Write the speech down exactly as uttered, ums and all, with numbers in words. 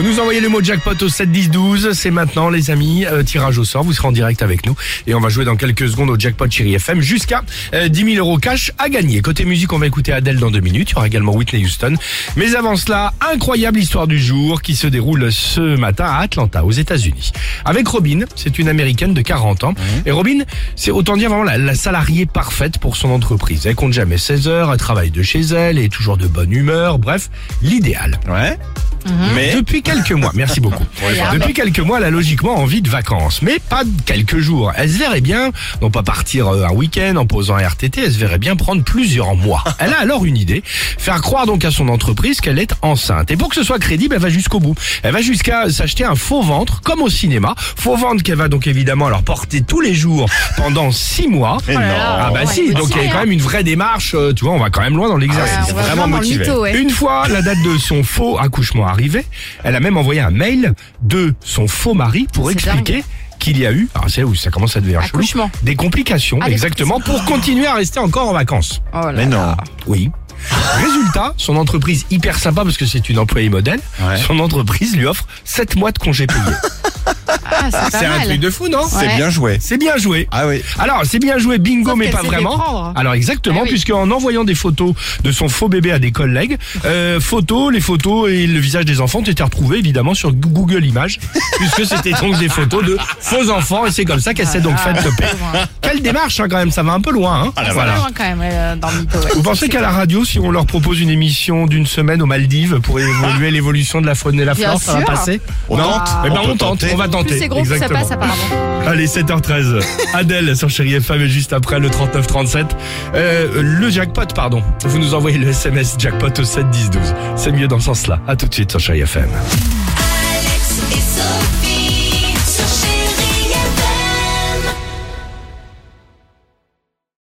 Vous nous envoyez le mot jackpot au sept dix douze. C'est maintenant, les amis. Euh, tirage au sort. Vous serez en direct avec nous. Et on va jouer dans quelques secondes au jackpot Chérie F M jusqu'à euh, dix mille euros cash à gagner. Côté musique, on va écouter Adele dans deux minutes. Il y aura également Whitney Houston. Mais avant cela, incroyable histoire du jour qui se déroule ce matin à Atlanta, aux États-Unis. Avec Robin, c'est une américaine de quarante ans. Mmh. Et Robin, c'est autant dire vraiment la, la salariée parfaite pour son entreprise. Elle compte jamais seize heures, elle travaille de chez elle, elle est toujours de bonne humeur. Bref, l'idéal. Ouais. Mmh. Mais depuis quelques mois, merci beaucoup. Depuis quelques mois, elle a logiquement envie de vacances, mais pas de quelques jours. Elle se verrait bien, non pas partir un week-end en posant un R T T, elle se verrait bien prendre plusieurs mois. Elle a alors une idée, faire croire donc à son entreprise qu'elle est enceinte. Et pour que ce soit crédible, elle va jusqu'au bout. Elle va jusqu'à s'acheter un faux ventre, comme au cinéma. Faux ventre qu'elle va donc évidemment alors porter tous les jours pendant six mois. Mais non. Ah bah si, donc il y a quand même une vraie démarche, tu vois, on va quand même loin dans l'exercice. Ah ouais, vraiment motivé. mytho, ouais. Une fois la date de son faux accouchement arrivée, elle a même envoyé un mail de son faux mari pour C'est expliquer dingue. qu'il y a eu, alors c'est où ça commence à devenir chelou, Accouchement. des complications, Ah, des exactement, pour continuer à rester encore en vacances. Oh là Mais là. non. Oui. Résultat, son entreprise hyper sympa parce que c'est une employée modèle, Ouais. son entreprise lui offre sept mois de congés payés. Ah, c'est pas C'est un mal. truc de fou, non? C'est Ouais. bien joué. C'est bien joué. Ah oui. Alors, c'est bien joué, bingo, Sauf mais qu'elle pas s'est fait vraiment. prendre. Alors, exactement, Ah oui. puisque en envoyant des photos de son faux bébé à des collègues, euh, photos, les photos et le visage des enfants ont été retrouvés, évidemment, sur Google Images, puisque c'était donc des photos de faux enfants, et c'est comme ça qu'elle s'est donc fait toper. Quelle démarche, hein, quand même, ça va un peu loin, hein. Ah, la Ça Voilà. va loin quand même euh, dans le mytho. Ouais. Vous pensez qu'à la radio, si on leur propose une émission d'une semaine aux Maldives pour évoluer l'évolution de la faune et la Bien flore, ça va sûr. passer? On Non? tente. Eh ben, On on peut tente, tenter. on va tenter. Plus c'est gros, plus ça Exactement. passe apparemment. Allez, sept heures treize. Adèle sur Chérie F M et juste après le trente-neuf trente-sept. Euh, le jackpot, pardon. Vous nous envoyez le S M S jackpot au sept dix douze. C'est mieux dans ce sens-là. À tout de suite sur Chérie F M. Alex et Sophie.